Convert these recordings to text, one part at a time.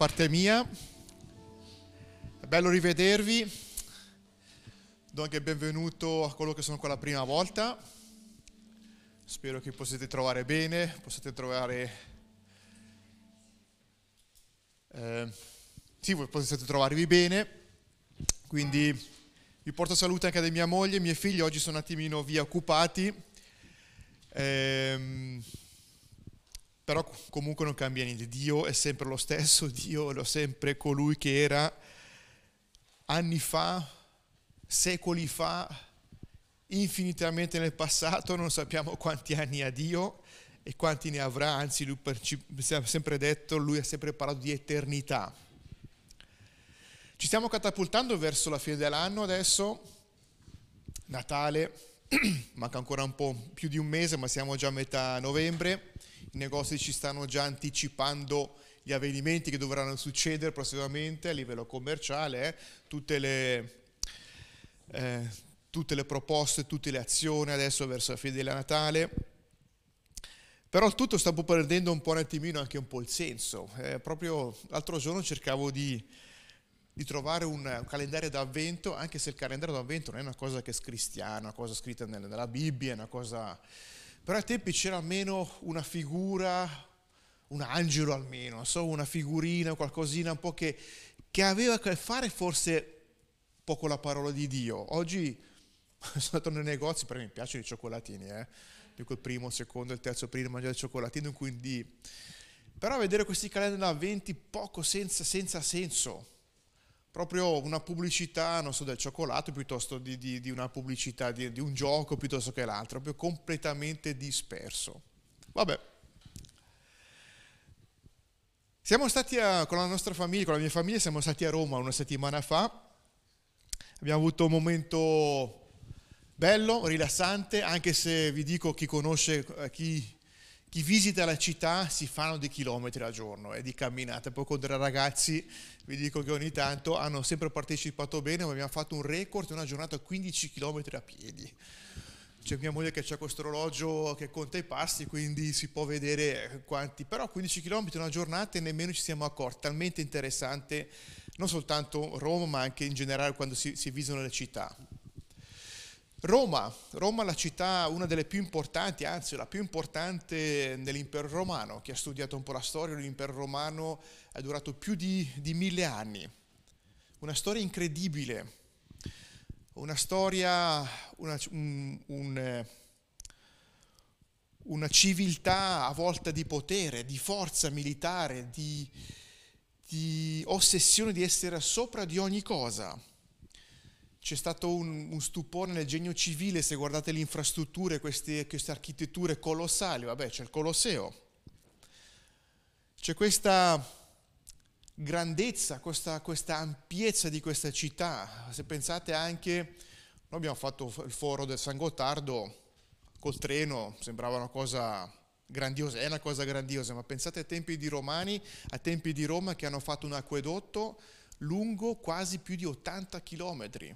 parte mia. È bello rivedervi. Do anche il benvenuto a coloro che sono qua la prima volta. Spero che possiate trovare bene, possiate trovare... voi possiate trovarvi bene. Quindi vi porto salute anche da mia moglie. I miei figli oggi sono un attimino via occupati. Però comunque non cambia niente, Dio è sempre lo stesso, Dio è sempre colui che era anni fa, secoli fa, infinitamente nel passato, non sappiamo quanti anni ha Dio e quanti ne avrà, anzi lui ci ha sempre detto, lui ha sempre parlato di eternità. Ci stiamo catapultando verso la fine dell'anno adesso, Natale, manca ancora un po' più di un mese, ma siamo già a metà novembre. I negozi ci stanno già anticipando gli avvenimenti che dovranno succedere prossimamente a livello commerciale, tutte le proposte, tutte le azioni adesso verso la fine del Natale. Però il tutto sta perdendo un po' un attimino anche un po' il senso. Proprio l'altro giorno cercavo di trovare un calendario d'avvento, anche se il calendario d'avvento non è una cosa che è cristiana, una cosa scritta nella Bibbia, è una cosa... Però ai tempi c'era almeno una figura, un angelo almeno, una figurina, qualcosina un po' che aveva a che fare forse un po' con la parola di Dio. Oggi sono andato nei negozi, perché mi piacciono i cioccolatini, dico il primo, il secondo, il terzo prima mangiare il cioccolatino, quindi... Però vedere questi calendari d'avventi poco senza senso. Proprio una pubblicità, non so, del cioccolato piuttosto di una pubblicità di un gioco piuttosto che l'altro, proprio completamente disperso. Vabbè. Siamo stati con la nostra famiglia, con la mia famiglia, siamo stati a Roma una settimana fa. Abbiamo avuto un momento bello, rilassante, anche se vi dico, chi conosce, chi visita la città si fanno dei chilometri al giorno di camminata. Poi con dei ragazzi vi dico che ogni tanto hanno sempre partecipato bene, ma abbiamo fatto un record, una giornata a 15 chilometri a piedi. C'è mia moglie che c'ha questo orologio che conta i passi, quindi si può vedere quanti, però 15 chilometri una giornata e nemmeno ci siamo accorti, talmente interessante non soltanto Roma ma anche in generale quando si visitano le città. Roma, la città, una delle più importanti, anzi la più importante nell'impero romano. Chi ha studiato un po' la storia dell'impero romano è durato più di 1000 anni. Una storia incredibile, una storia, una civiltà a volta di potere, di forza militare, di ossessione di essere sopra di ogni cosa. C'è stato un stupore nel genio civile, se guardate le infrastrutture, queste architetture colossali, c'è il Colosseo, c'è questa grandezza, questa ampiezza di questa città. Se pensate anche, noi abbiamo fatto il foro del San Gottardo col treno, sembrava una cosa grandiosa, è una cosa grandiosa, ma pensate ai tempi di Romani, ai tempi di Roma che hanno fatto un acquedotto lungo quasi più di 80 chilometri.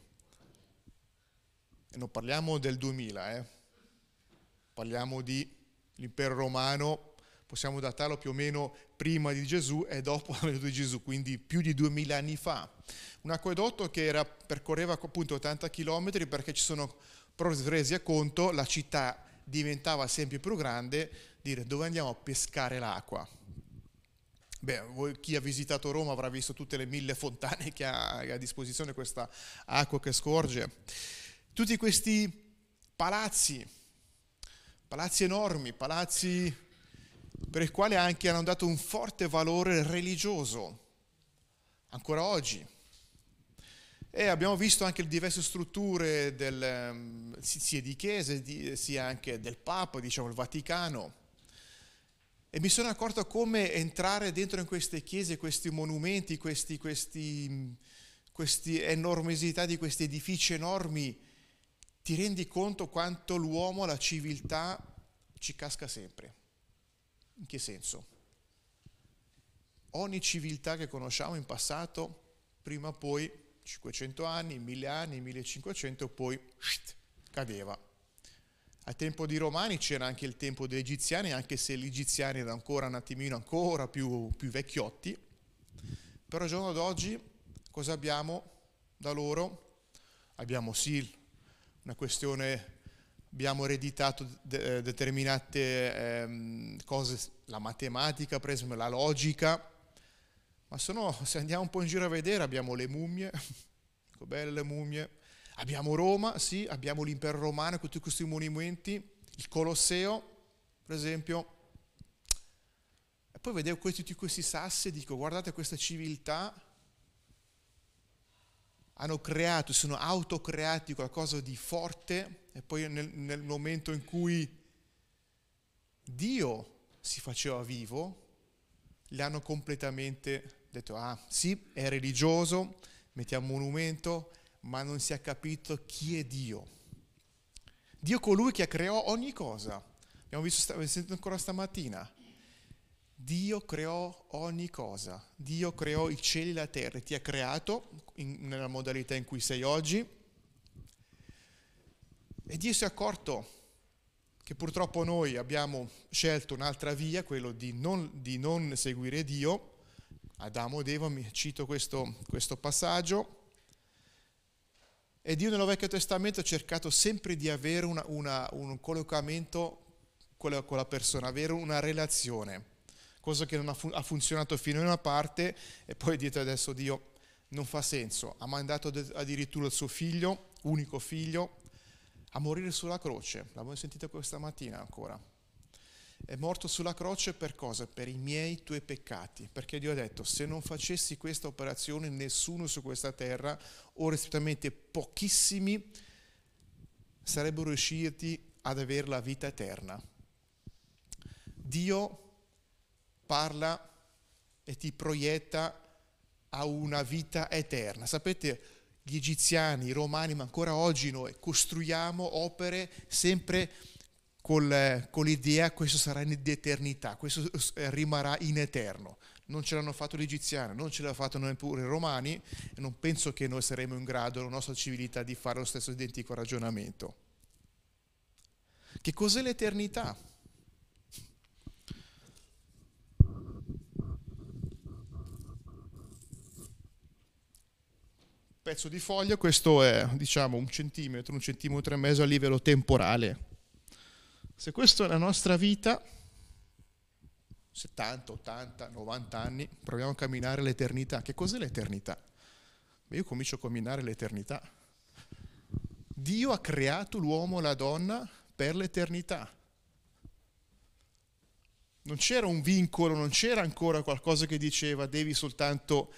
E non parliamo del 2000, parliamo dell'impero romano, possiamo datarlo più o meno prima di Gesù e dopo la venuta di Gesù, quindi più di 2000 anni fa. Un acquedotto che percorreva appunto 80 chilometri perché ci sono proprio resi a conto, la città diventava sempre più grande, dire dove andiamo a pescare l'acqua? Chi ha visitato Roma avrà visto tutte le 1000 fontane che ha a disposizione, questa acqua che scorge. Tutti questi palazzi enormi, palazzi per i quali anche hanno dato un forte valore religioso, ancora oggi. E abbiamo visto anche le diverse strutture sia di chiese, sia anche del Papa, il Vaticano. E mi sono accorto come entrare dentro in queste chiese, questi monumenti, queste enormosità di questi edifici enormi, ti rendi conto quanto l'uomo, la civiltà, ci casca sempre. In che senso? Ogni civiltà che conosciamo in passato, prima o poi, 500 anni, 1000 anni, 1500, poi cadeva. Al tempo dei Romani c'era anche il tempo degli Egiziani, anche se gli Egiziani erano ancora un attimino più vecchiotti, Però al giorno d'oggi cosa abbiamo da loro? Abbiamo sì una questione, abbiamo ereditato determinate cose, la matematica per esempio, la logica, ma se andiamo un po' in giro a vedere abbiamo le mummie, ecco belle le mummie, abbiamo Roma, sì, abbiamo l'impero romano con tutti questi monumenti, il Colosseo per esempio, e poi vedevo tutti questi sassi e dico guardate questa civiltà, hanno creato, sono autocreati qualcosa di forte e poi nel momento in cui Dio si faceva vivo, li hanno completamente detto, ah sì, è religioso, mettiamo un monumento, ma non si è capito chi è Dio. Dio è colui che creò ogni cosa. Abbiamo sentito ancora stamattina. Dio creò ogni cosa. Dio creò i cieli e la terra. Ti ha creato nella modalità in cui sei oggi. E Dio si è accorto che purtroppo noi abbiamo scelto un'altra via, quello di non seguire Dio. Adamo ed Eva, mi cito questo passaggio. E Dio nel Vecchio Testamento ha cercato sempre di avere un collocamento con la persona, avere una relazione, cosa che non ha funzionato fino a una parte e poi dite adesso Dio non fa senso. Ha mandato addirittura il suo figlio, unico figlio, a morire sulla croce. L'abbiamo sentito questa mattina ancora. È morto sulla croce per cosa? Per i miei, tuoi peccati. Perché Dio ha detto, se non facessi questa operazione, nessuno su questa terra, o rispettivamente pochissimi, sarebbero riusciti ad avere la vita eterna. Dio parla e ti proietta a una vita eterna. Sapete, gli egiziani, i romani, ma ancora oggi noi costruiamo opere sempre con l'idea questo sarà in eternità, questo rimarrà in eterno. Non ce l'hanno fatto gli egiziani, non ce l'hanno fatto neppure i romani e non penso che noi saremo in grado, la nostra civiltà, di fare lo stesso identico ragionamento. Che cos'è l'eternità? Pezzo di foglia, questo è diciamo 1 centimetro, 1,5 centimetri a livello temporale. Se questa è la nostra vita, 70, 80, 90 anni, proviamo a camminare l'eternità. Che cos'è l'eternità? Beh, io comincio a camminare l'eternità. Dio ha creato l'uomo e la donna per l'eternità. Non c'era un vincolo, non c'era ancora qualcosa che diceva devi soltanto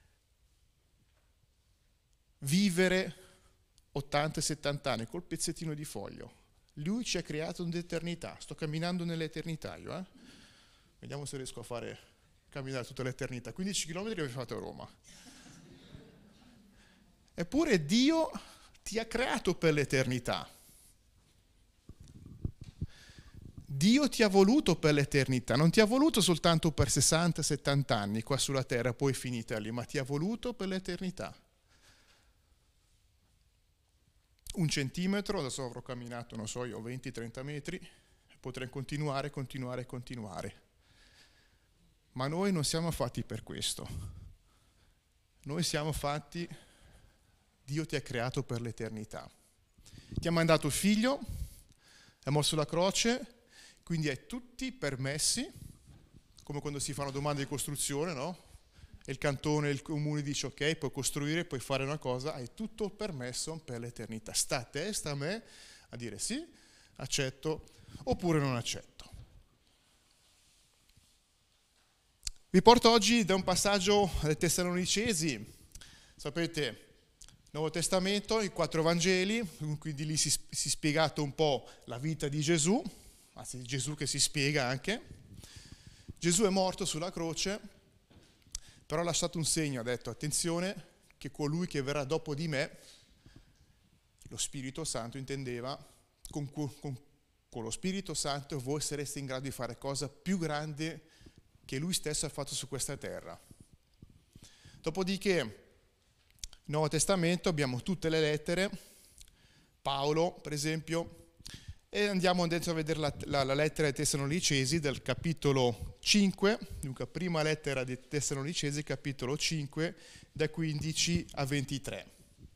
vivere 80 e 70 anni col pezzettino di foglio. Lui ci ha creato un'eternità. Sto camminando nell'eternità io, Vediamo se riesco a camminare tutta l'eternità. 15 km avevo fatto a Roma. Eppure Dio ti ha creato per l'eternità. Dio ti ha voluto per l'eternità. Non ti ha voluto soltanto per 60-70 anni qua sulla terra, poi finita lì, ma ti ha voluto per l'eternità. 1 centimetro, adesso avrò camminato, non so io, 20-30 metri, potrei continuare. Ma noi non siamo fatti per questo. Noi siamo fatti, Dio ti ha creato per l'eternità. Ti ha mandato il figlio, è morto sulla croce, quindi hai tutti permessi, come quando si fanno domande di costruzione, no? E il cantone, il comune dice ok, puoi costruire, puoi fare una cosa, hai tutto il permesso per l'eternità. Sta a te, sta a me a dire sì, accetto, oppure non accetto. Vi porto oggi da un passaggio dei Tessalonicesi, sapete, Nuovo Testamento, i 4 Vangeli, quindi lì si è spiegato un po' la vita di Gesù, anzi Gesù che si spiega anche. Gesù è morto sulla croce, però ha lasciato un segno, ha detto attenzione che colui che verrà dopo di me, lo Spirito Santo intendeva, con lo Spirito Santo voi sareste in grado di fare cosa più grande che lui stesso ha fatto su questa terra. Dopodiché, nel Nuovo Testamento abbiamo tutte le lettere, Paolo per esempio, E andiamo dentro a vedere la lettera ai Tessalonicesi del capitolo 5, dunque prima lettera dei Tessalonicesi, capitolo 5, da 15 a 23.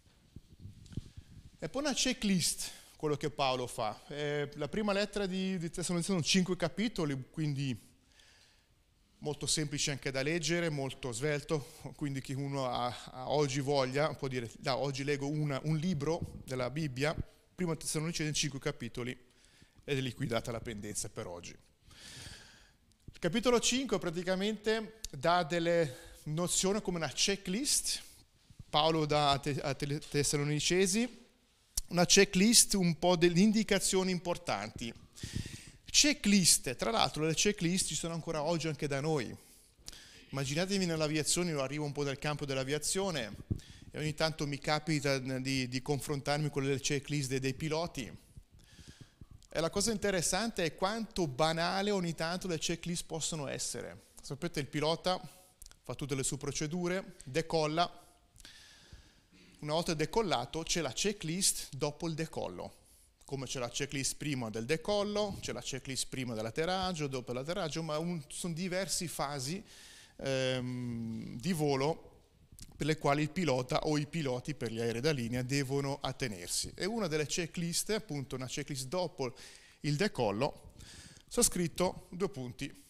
E poi una checklist, quello che Paolo fa. La prima lettera di Tessalonicesi sono 5 capitoli, quindi molto semplice anche da leggere, molto svelto, quindi chi uno oggi voglia può dire, oggi leggo un libro della Bibbia, prima Tessalonicesi in 5 capitoli, ed è liquidata la pendenza per oggi. Il capitolo 5 praticamente dà delle nozioni come una checklist. Paolo dà a Tessalonicesi una checklist, un po' delle indicazioni importanti. Checklist, tra l'altro le checklist ci sono ancora oggi anche da noi. Immaginatevi nell'aviazione, io arrivo un po' dal campo dell'aviazione e ogni tanto mi capita di confrontarmi con le checklist dei piloti. E la cosa interessante è quanto banale ogni tanto le checklist possono essere. Sapete, il pilota fa tutte le sue procedure, decolla. Una volta decollato c'è la checklist dopo il decollo. Come c'è la checklist prima del decollo, c'è la checklist prima dell'atterraggio, dopo l'atterraggio, ma sono diverse fasi di volo per le quali il pilota o i piloti per gli aerei da linea devono attenersi. E una delle checklist, appunto una checklist dopo il decollo, sono scritto 2 punti.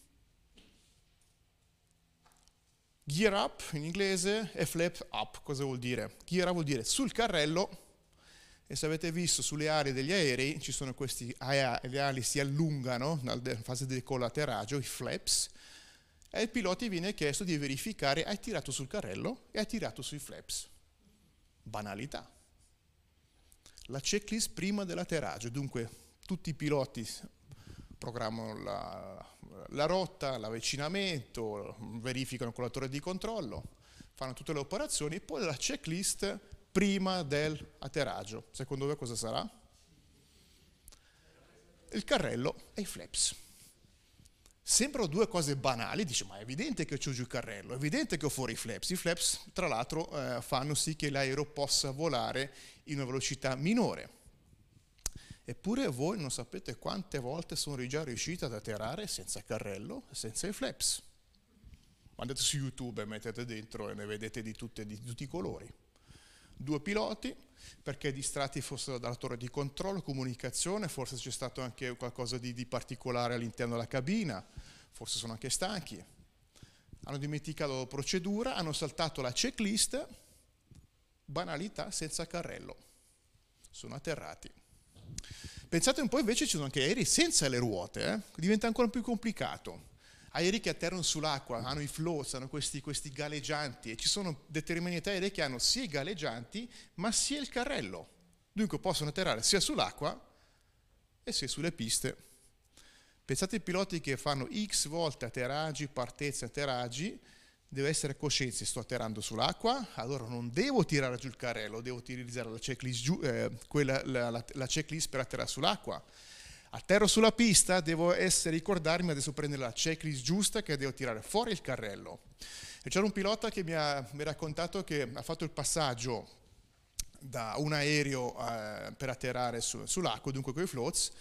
Gear up in inglese e flap up. Cosa vuol dire? Gear up vuol dire sul carrello, e se avete visto sulle ali degli aerei ci sono questi, le ali si allungano nella fase di decollo atterraggio, i flaps, e ai piloti viene chiesto di verificare: hai tirato sul carrello e hai tirato sui flaps. Banalità. La checklist prima dell'atterraggio, dunque tutti i piloti programmano la rotta, l'avvicinamento, verificano con la torre di controllo, fanno tutte le operazioni, e poi la checklist prima dell'atterraggio. Secondo voi cosa sarà? Il carrello e i flaps. Sembrano 2 cose banali, dice, ma è evidente che ho giù il carrello, è evidente che ho fuori i flaps. I flaps, tra l'altro, fanno sì che l'aereo possa volare in una velocità minore. Eppure voi non sapete quante volte sono già riuscito ad atterrare senza carrello e senza i flaps. Andate su YouTube e mettete dentro e ne vedete di tutti i colori. 2 piloti, perché distratti fossero dalla torre di controllo, comunicazione, forse c'è stato anche qualcosa di particolare all'interno della cabina, forse sono anche stanchi, hanno dimenticato la procedura, hanno saltato la checklist, banalità, senza carrello, sono atterrati. Pensate un po', invece ci sono anche aerei senza le ruote, diventa ancora più complicato. Aerei che atterrano sull'acqua, hanno i floats, hanno questi galleggianti, e ci sono determinati aerei che hanno sia i galleggianti ma sia il carrello. Dunque possono atterrare sia sull'acqua e sia sulle piste. Pensate ai piloti che fanno X volte atterraggi, partenze, atterraggi, deve essere coscienza: sto atterrando sull'acqua, allora non devo tirare giù il carrello, devo utilizzare la checklist, la checklist per atterrare sull'acqua. Atterro sulla pista, devo ricordarmi adesso prendere la checklist giusta, che devo tirare fuori il carrello. E c'era un pilota che mi ha raccontato che ha fatto il passaggio da un aereo per atterrare sull'acqua, dunque con i floats,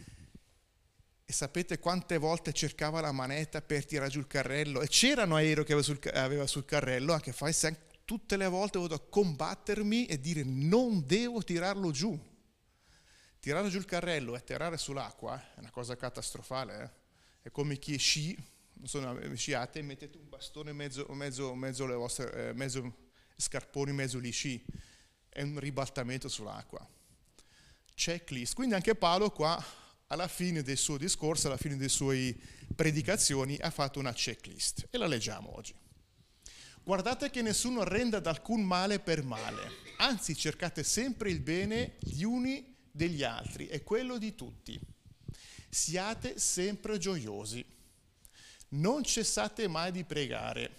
e sapete quante volte cercava la manetta per tirare giù il carrello? E c'era un aereo che aveva sul carrello, anche tutte le volte ho dovuto combattermi e dire: non devo tirarlo giù. Tirare giù il carrello e atterrare sull'acqua è una cosa catastrofale. È come chi sci, non so, sciate e mettete un bastone mezzo le vostre, mezzo scarponi, mezzo gli sci. È un ribaltamento sull'acqua. Checklist. Quindi anche Paolo qua, alla fine del suo discorso, alla fine delle sue predicazioni, ha fatto una checklist. E la leggiamo oggi. Guardate che nessuno renda ad alcun male per male, anzi cercate sempre il bene gli uni degli altri e quello di tutti. Siate sempre gioiosi, non cessate mai di pregare.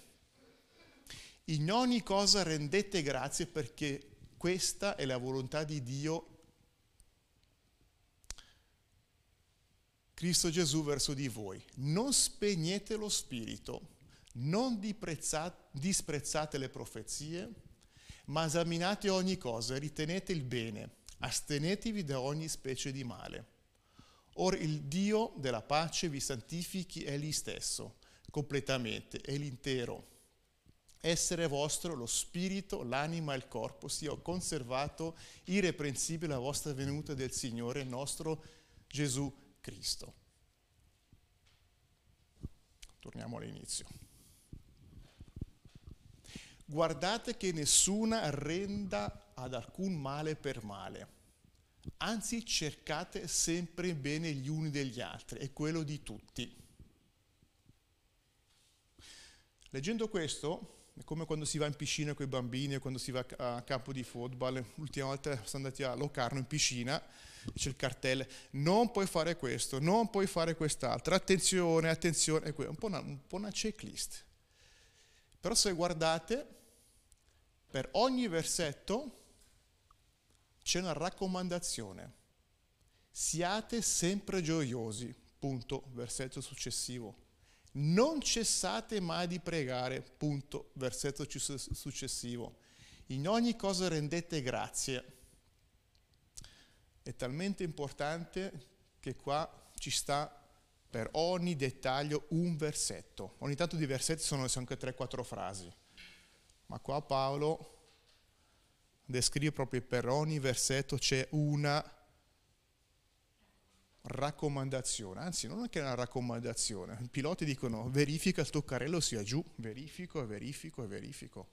In ogni cosa rendete grazie, perché questa è la volontà di Dio, Cristo Gesù, verso di voi. Non spegnete lo spirito, non disprezzate le profezie, ma esaminate ogni cosa e ritenete il bene. Astenetevi da ogni specie di male. Or il Dio della pace vi santifichi egli stesso, completamente, e l'intero essere vostro, lo spirito, l'anima e il corpo, sia conservato irreprensibile alla vostra venuta del Signore nostro Gesù Cristo. Torniamo all'inizio. Guardate che nessuna renda ad alcun male per male, anzi cercate sempre il bene gli uni degli altri e quello di tutti. Leggendo questo, è come quando si va in piscina con i bambini o quando si va a campo di football. L'ultima volta siamo andati a Locarno in piscina, c'è il cartello, non puoi fare questo, non puoi fare quest'altro, attenzione, attenzione, un po' una checklist. Però se guardate, per ogni versetto c'è una raccomandazione. Siate sempre gioiosi, punto, versetto successivo. Non cessate mai di pregare, punto, versetto successivo. In ogni cosa rendete grazie. È talmente importante che qua ci sta per ogni dettaglio un versetto. Ogni tanto di versetti sono anche 3-4 frasi. Ma qua Paolo descrive proprio per ogni versetto c'è una raccomandazione, anzi non è che una raccomandazione, i piloti dicono verifica il tuo carrello sia giù, verifico e verifico e verifico.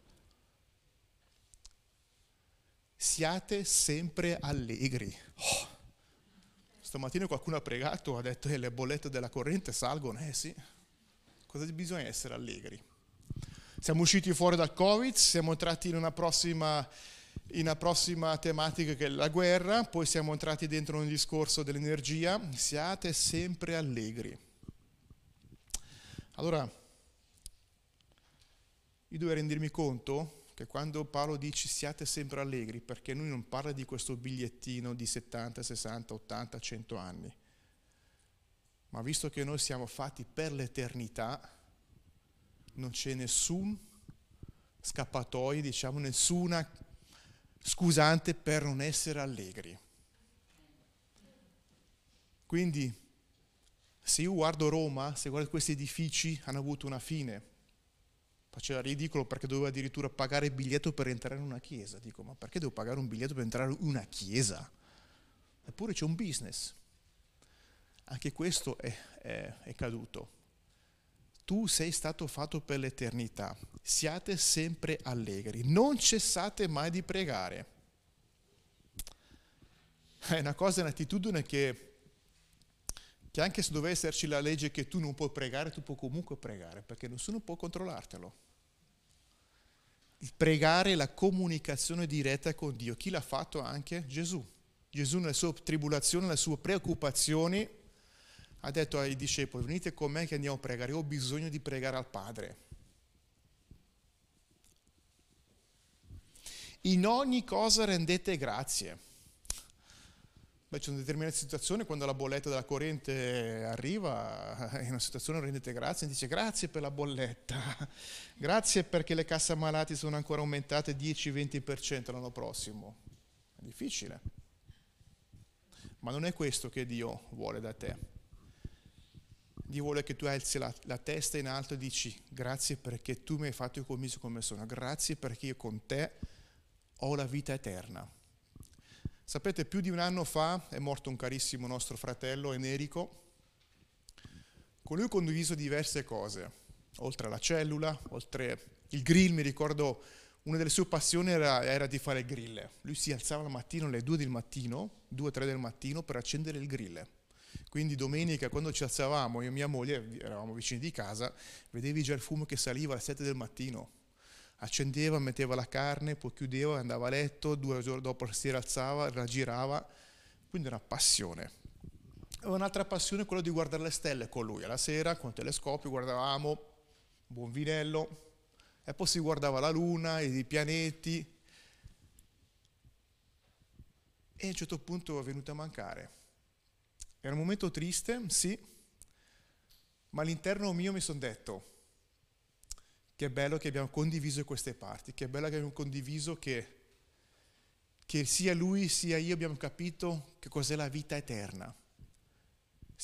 Siate sempre allegri. Stamattina qualcuno ha pregato, ha detto le bollette della corrente salgono, sì, cosa bisogna essere allegri? Siamo usciti fuori dal Covid, siamo entrati in una prossima tematica che è la guerra, poi siamo entrati dentro un discorso dell'energia, siate sempre allegri. Allora, io devo rendermi conto che quando Paolo dice siate sempre allegri, perché lui non parla di questo bigliettino di 70, 60, 80, 100 anni, ma visto che noi siamo fatti per l'eternità, non c'è nessun scappatoio, diciamo, nessuna scusante per non essere allegri. Quindi, se io guardo Roma, se guardo questi edifici, hanno avuto una fine. Faceva ridicolo perché dovevo addirittura pagare il biglietto per entrare in una chiesa. Dico, ma perché devo pagare un biglietto per entrare in una chiesa? Eppure c'è un business. Anche questo è caduto. Tu sei stato fatto per l'eternità, siate sempre allegri, non cessate mai di pregare. È una cosa, un'attitudine che anche se dovesse esserci la legge che tu non puoi pregare, tu puoi comunque pregare, perché nessuno può controllartelo. Il pregare è la comunicazione diretta con Dio. Chi l'ha fatto? Anche Gesù. Gesù nelle sue tribulazioni, nelle sue preoccupazioni, ha detto ai discepoli, venite con me che andiamo a pregare, io ho bisogno di pregare al Padre. In ogni cosa rendete grazie. Beh, c'è una determinata situazione quando la bolletta della corrente arriva, in una situazione rendete grazie, e dice grazie per la bolletta, grazie perché le casse ammalati sono ancora aumentate 10-20% l'anno prossimo. È difficile. Ma non è questo che Dio vuole da te. Dio vuole che tu alzi la testa in alto e dici grazie perché tu mi hai fatto commesso come sono, grazie perché io con te ho la vita eterna. Sapete, più di un anno fa è morto un carissimo nostro fratello Enerico. Con lui ho condiviso diverse cose, oltre alla cellula, oltre il grill. Mi ricordo una delle sue passioni era di fare il grill. Lui si alzava la mattina alle 2 del mattino, 2-3 del mattino per accendere il grill. Quindi domenica quando ci alzavamo, io e mia moglie, eravamo vicini di casa, vedevi già il fumo che saliva alle 7 del mattino. Accendeva, metteva la carne, poi chiudeva, andava a letto, 2 giorni dopo si rialzava, la girava. Quindi era una passione. E un'altra passione è quella di guardare le stelle con lui. Alla sera, con il telescopio, guardavamo, buon vinello, e poi si guardava la luna, i pianeti. E a un certo punto è venuto a mancare. Era un momento triste, sì, ma all'interno mio mi sono detto che bello che abbiamo condiviso queste parti, che bello che abbiamo condiviso che sia lui sia io abbiamo capito che cos'è la vita eterna.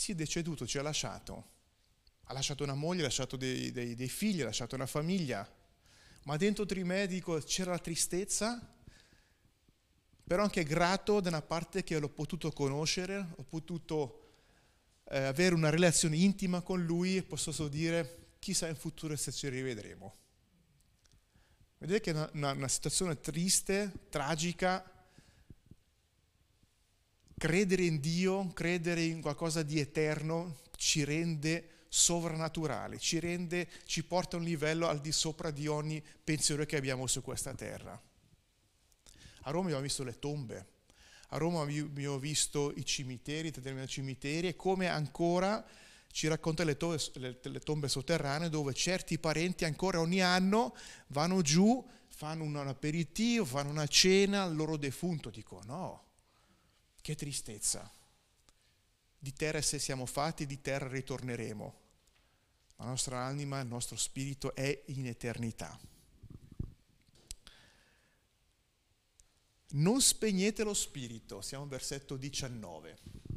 si è deceduto, ci ha lasciato. Ha lasciato una moglie, ha lasciato dei figli, ha lasciato una famiglia. Ma dentro di me dico, c'era la tristezza, però anche grato da una parte che l'ho potuto conoscere, ho potuto avere una relazione intima con lui e posso solo dire, chissà in futuro se ci rivedremo. Vedete che è una situazione triste, tragica. Credere in Dio, credere in qualcosa di eterno ci rende sovrannaturali, ci porta a un livello al di sopra di ogni pensiero che abbiamo su questa terra. A Roma abbiamo visto le tombe, a Roma abbiamo visto i cimiteri, determinati cimiteri, e come ancora ci racconta le tombe sotterranee dove certi parenti ancora ogni anno vanno giù, fanno un aperitivo, fanno una cena al loro defunto. Dico, no, che tristezza. Di terra se siamo fatti, di terra ritorneremo. La nostra anima, il nostro spirito è in eternità. Non spegnete lo spirito, siamo al versetto 19.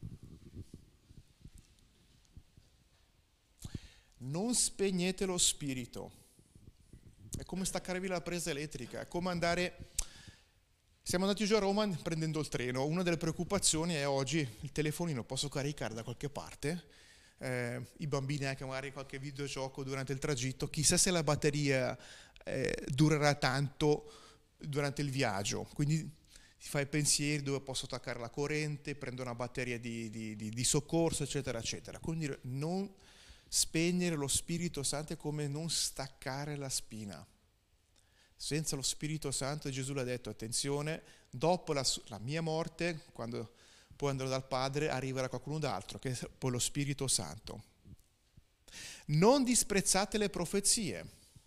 Non spegnete lo spirito. È come staccare via la presa elettrica, è come andare... Siamo andati giù a Roma prendendo il treno. Una delle preoccupazioni è oggi il telefonino posso caricare da qualche parte, i bambini anche magari qualche videogioco durante il tragitto, chissà se la batteria durerà tanto durante il viaggio, quindi ti fai pensieri dove posso attaccare la corrente, prendo una batteria di soccorso, eccetera, eccetera. Quindi non spegnere lo Spirito Santo è come non staccare la spina. Senza lo Spirito Santo, Gesù l'ha detto, attenzione, dopo la mia morte, quando poi andrò dal Padre, arriverà qualcuno d'altro, che è poi lo Spirito Santo. Non disprezzate le profezie.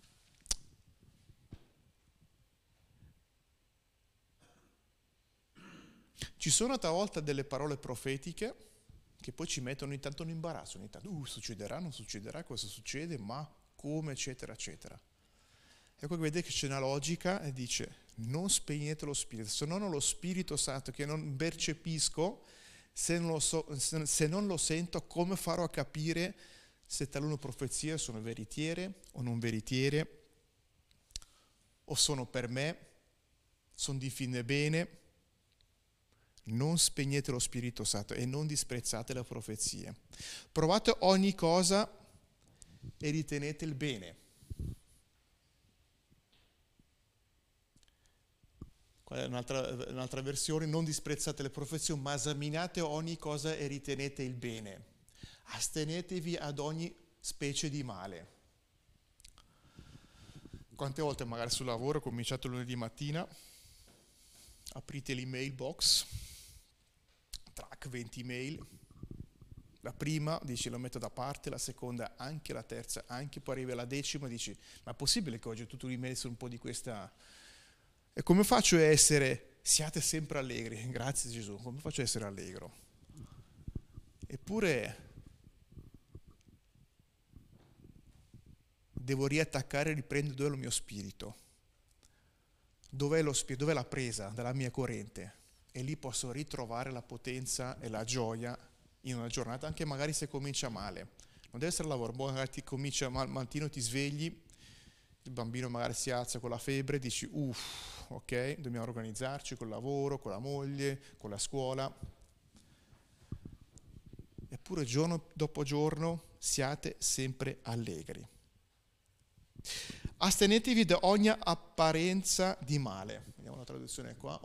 Ci sono talvolta delle parole profetiche che poi ci mettono ogni tanto in imbarazzo, ogni tanto, succederà, non succederà, cosa succede, ma come, eccetera, eccetera. Ecco che vedete che c'è una logica e dice non spegnete lo spirito, se non ho lo Spirito Santo che non percepisco, se non lo sento, come farò a capire se talune profezie sono veritiere o non veritiere, o sono per me, sono di fine bene? Non spegnete lo Spirito Santo e non disprezzate le profezie. Provate ogni cosa e ritenete il bene. Un'altra versione, non disprezzate le profezie, ma esaminate ogni cosa e ritenete il bene. Astenetevi ad ogni specie di male. Quante volte magari sul lavoro, cominciate lunedì mattina, aprite l'email box, track 20 email, la prima dici lo metto da parte, la seconda anche, la terza anche, poi arriva la decima e dici ma è possibile che oggi ho tutto l'email su un po' di questa... E come faccio a essere, siate sempre allegri, grazie Gesù, come faccio a essere allegro? Eppure devo riattaccare e riprendere dove è il mio spirito, dov'è lo spirito, dov'è la presa dalla mia corrente, e lì posso ritrovare la potenza e la gioia in una giornata, anche magari se comincia male. Non deve essere lavoro, magari ti comincia al mattino, ti svegli, il bambino magari si alza con la febbre, dici ok, dobbiamo organizzarci col lavoro, con la moglie, con la scuola. Eppure giorno dopo giorno siate sempre allegri. Astenetevi da ogni apparenza di male. Vediamo la traduzione qua.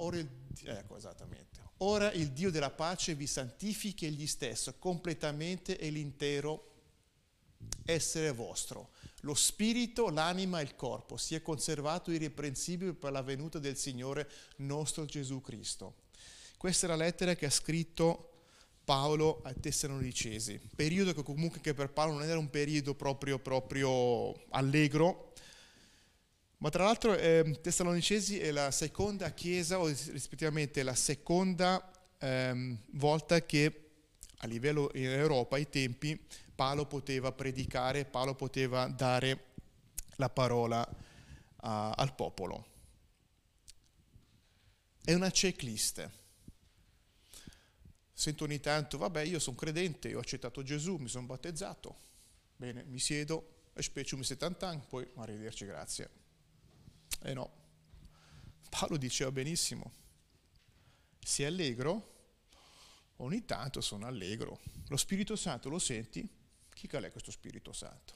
Ora il Dio della pace vi santifichi egli stesso completamente e l'intero essere vostro. Lo spirito, l'anima e il corpo sia conservato irreprensibile per la venuta del Signore nostro Gesù Cristo. Questa è la lettera che ha scritto Paolo ai Tessalonicesi, periodo che comunque che per Paolo non era un periodo proprio allegro, ma tra l'altro Tessalonicesi è la seconda chiesa, o rispettivamente la seconda volta che a livello in Europa ai tempi Paolo poteva predicare, Paolo poteva dare la parola al popolo. È una checklist. Sento ogni tanto, vabbè, io sono credente, ho accettato Gesù, mi sono battezzato. Bene, mi siedo, e specium 70 anni, poi arrivederci, grazie. E no, Paolo diceva benissimo, sei allegro? Ogni tanto sono allegro. Lo Spirito Santo lo senti? Chi è questo Spirito Santo?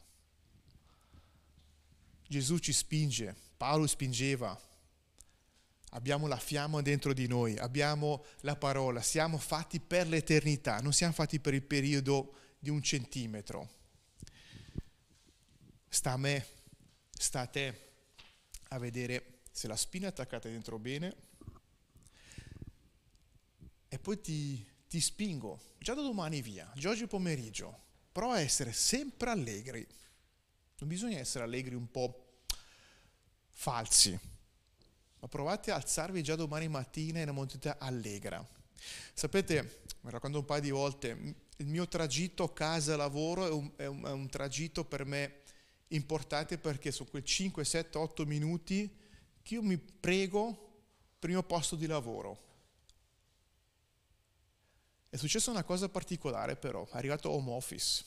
Gesù ci spinge, Paolo spingeva, abbiamo la fiamma dentro di noi, abbiamo la parola, siamo fatti per l'eternità, non siamo fatti per il periodo di 1 centimetro. Sta a me, sta a te a vedere se la spina è attaccata dentro bene e poi ti spingo, già da domani via, già oggi pomeriggio, prova a essere sempre allegri. Non bisogna essere allegri un po' falsi, ma provate a alzarvi già domani mattina in una modalità allegra. Sapete, mi racconto un paio di volte, il mio tragitto casa-lavoro è un tragitto per me importante perché sono quei 5, 7, 8 minuti che io mi prego per il mio posto di lavoro. È successa una cosa particolare però, è arrivato home office.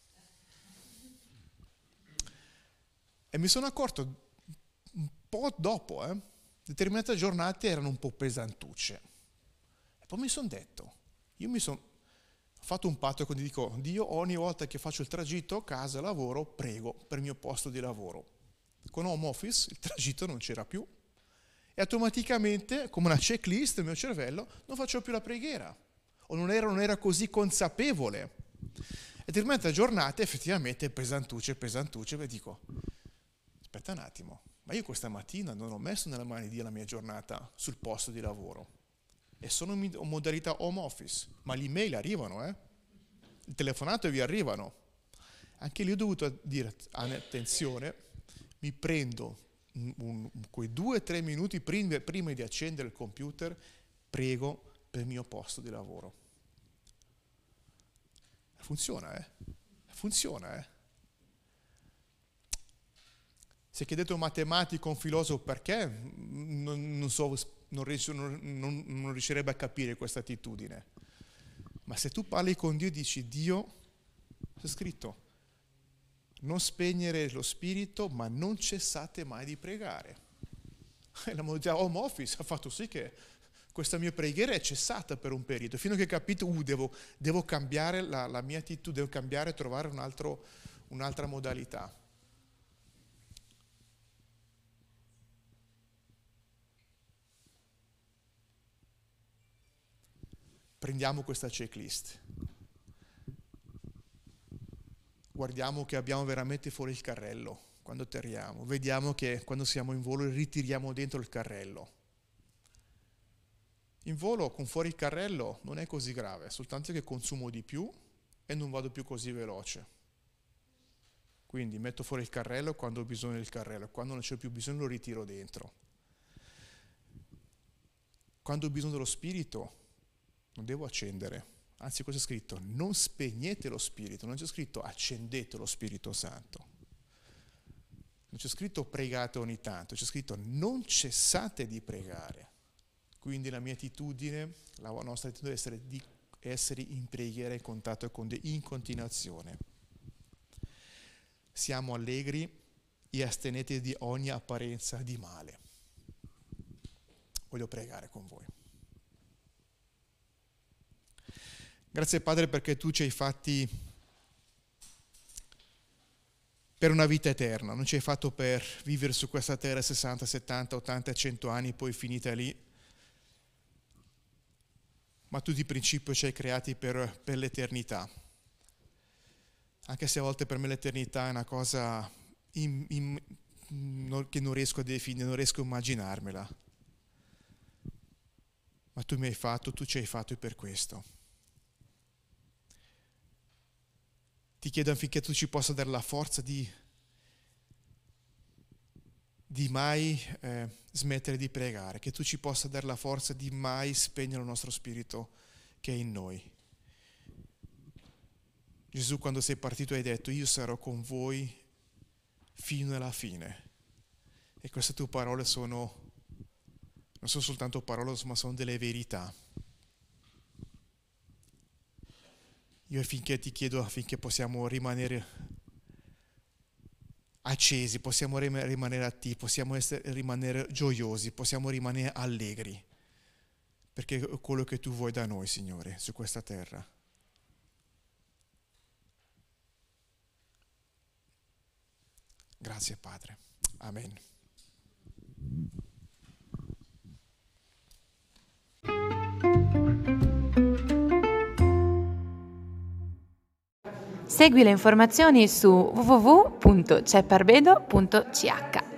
E mi sono accorto un po' dopo, determinate giornate erano un po' pesantucce. E poi mi sono detto, ho fatto un patto e quindi dico, Dio, ogni volta che faccio il tragitto, casa, lavoro, prego per il mio posto di lavoro. Con home office il tragitto non c'era più e automaticamente, come una checklist, il mio cervello non faccio più la preghiera. O non era così consapevole. E determinate giornate effettivamente pesantucce, e dico, aspetta un attimo, ma io questa mattina non ho messo nelle mani di Dio la mia giornata sul posto di lavoro e sono in modalità home office, ma le email arrivano, il telefonato vi arrivano. Anche lì ho dovuto dire, attenzione, mi prendo quei 2-3 minuti prima di accendere il computer, prego per il mio posto di lavoro. Funziona, funziona, Se chiedete a un matematico, a un filosofo perché, non riuscirebbe a capire questa attitudine. Ma se tu parli con Dio e dici, Dio, c'è scritto, non spegnere lo spirito, ma non cessate mai di pregare. E la modalità home office ha fatto sì che questa mia preghiera è cessata per un periodo, fino a che ho capito, devo cambiare la mia attitudine, devo cambiare e trovare un'altra modalità. Prendiamo questa checklist, guardiamo che abbiamo veramente fuori il carrello quando atterriamo, vediamo che quando siamo in volo ritiriamo dentro il carrello. In volo con fuori il carrello non è così grave, soltanto che consumo di più e non vado più così veloce. Quindi metto fuori il carrello quando ho bisogno del carrello, quando non c'è più bisogno lo ritiro dentro. Quando ho bisogno dello spirito non devo accendere, anzi cosa è scritto? Non spegnete lo spirito, non c'è scritto accendete lo Spirito Santo. Non c'è scritto pregate ogni tanto, c'è scritto non cessate di pregare. Quindi la mia attitudine, la nostra attitudine deve essere di essere in preghiera e in contatto con Dio in continuazione. Siamo allegri e astenete di ogni apparenza di male. Voglio pregare con voi. Grazie Padre perché tu ci hai fatti per una vita eterna, non ci hai fatto per vivere su questa terra 60, 70, 80, 100 anni poi finita lì, ma tu di principio ci hai creati per l'eternità. Anche se a volte per me l'eternità è una cosa che non riesco a definire, non riesco a immaginarmela. Ma tu ci hai fatto per questo. Ti chiedo affinché tu ci possa dare la forza di mai smettere di pregare, che tu ci possa dare la forza di mai spegnere il nostro spirito che è in noi. Gesù, quando sei partito hai detto, io sarò con voi fino alla fine. E queste tue parole non sono soltanto parole, ma sono delle verità. Io affinché ti chiedo affinché possiamo rimanere accesi, possiamo rimanere attivi, possiamo rimanere gioiosi, possiamo rimanere allegri, perché è quello che tu vuoi da noi, Signore, su questa terra. Grazie, Padre. Amen. Segui le informazioni su www.cepparbedo.ch.